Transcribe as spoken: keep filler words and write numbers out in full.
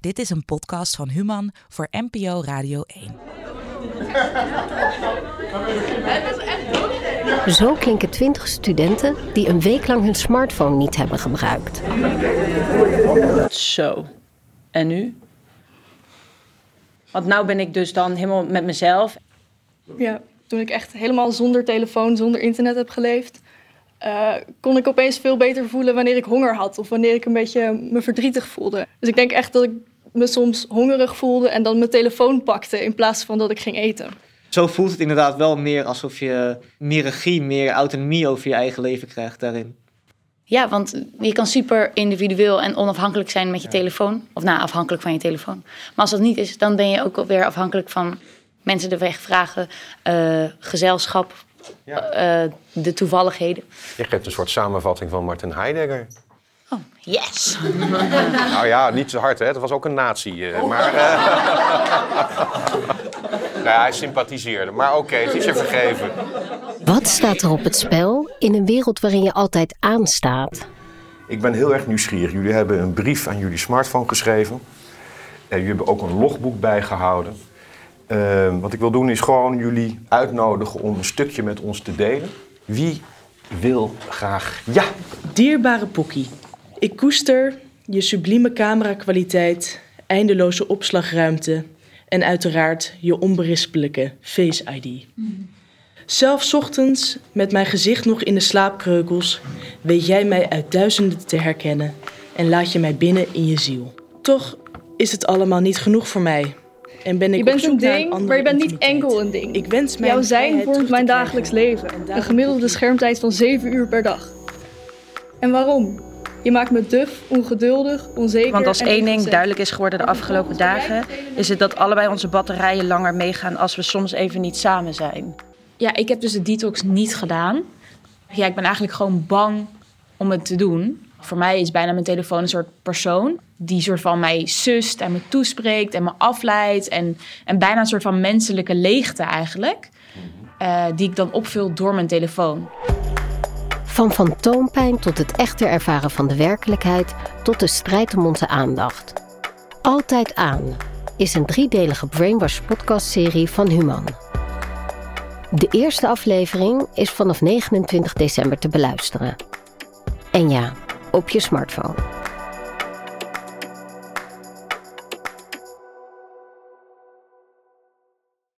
Dit is een podcast van Human voor N P O Radio één. Zo klinken twintig studenten die een week lang hun smartphone niet hebben gebruikt. Zo. En nu? Want nou ben ik dus dan helemaal met mezelf. Ja, toen ik echt helemaal zonder telefoon, zonder internet heb geleefd, Uh, kon ik opeens veel beter voelen wanneer ik honger had of wanneer ik een beetje me verdrietig voelde. Dus ik denk echt dat ik me soms hongerig voelde en dan mijn telefoon pakte in plaats van dat ik ging eten. Zo voelt het inderdaad wel meer alsof je meer regie, meer autonomie over je eigen leven krijgt daarin. Ja, want je kan super individueel en onafhankelijk zijn met je ja. telefoon. Of nou, afhankelijk van je telefoon. Maar als dat niet is, dan ben je ook weer afhankelijk van mensen de weg vragen, uh, gezelschap, ja. uh, de toevalligheden. Je geeft een soort samenvatting van Martin Heidegger. Oh, yes! Nou ja, niet zo hard, hè. Dat was ook een nazi. Uh, oh. Maar uh... nou, hij sympathiseerde. Maar oké, okay, het is je vergeven. Wat staat er op het spel in een wereld waarin je altijd aanstaat? Ik ben heel erg nieuwsgierig. Jullie hebben een brief aan jullie smartphone geschreven. En jullie hebben ook een logboek bijgehouden. Uh, wat ik wil doen is gewoon jullie uitnodigen om een stukje met ons te delen. Wie wil graag ja? Dierbare Poekie, ik koester je sublieme camerakwaliteit, eindeloze opslagruimte en uiteraard je onberispelijke Face I D. Mm. Zelfs ochtends, met mijn gezicht nog in de slaapkreukels, weet jij mij uit duizenden te herkennen en laat je mij binnen in je ziel. Toch is het allemaal niet genoeg voor mij. En ben ik je bent een ding, maar je bent niet enkel een ding. Ik wens mijn Jouw zijn vormt mijn dagelijks leven. Een gemiddelde schermtijd van zeven uur per dag. En waarom? Je maakt me duf, ongeduldig, onzeker. Want als en één ding duidelijk is geworden de afgelopen dagen, is het dat allebei onze batterijen langer meegaan als we soms even niet samen zijn. Ja, ik heb dus de detox niet gedaan. Ja, ik ben eigenlijk gewoon bang om het te doen. Voor mij is bijna mijn telefoon een soort persoon die soort van mij sust en me toespreekt en me afleidt. En, en bijna een soort van menselijke leegte eigenlijk. Uh, die ik dan opvul door mijn telefoon. Van fantoompijn tot het echter ervaren van de werkelijkheid tot de strijd om onze aandacht. Altijd aan is een driedelige Brainwash podcastserie van Human. De eerste aflevering is vanaf negenentwintig december te beluisteren. En ja, op je smartphone.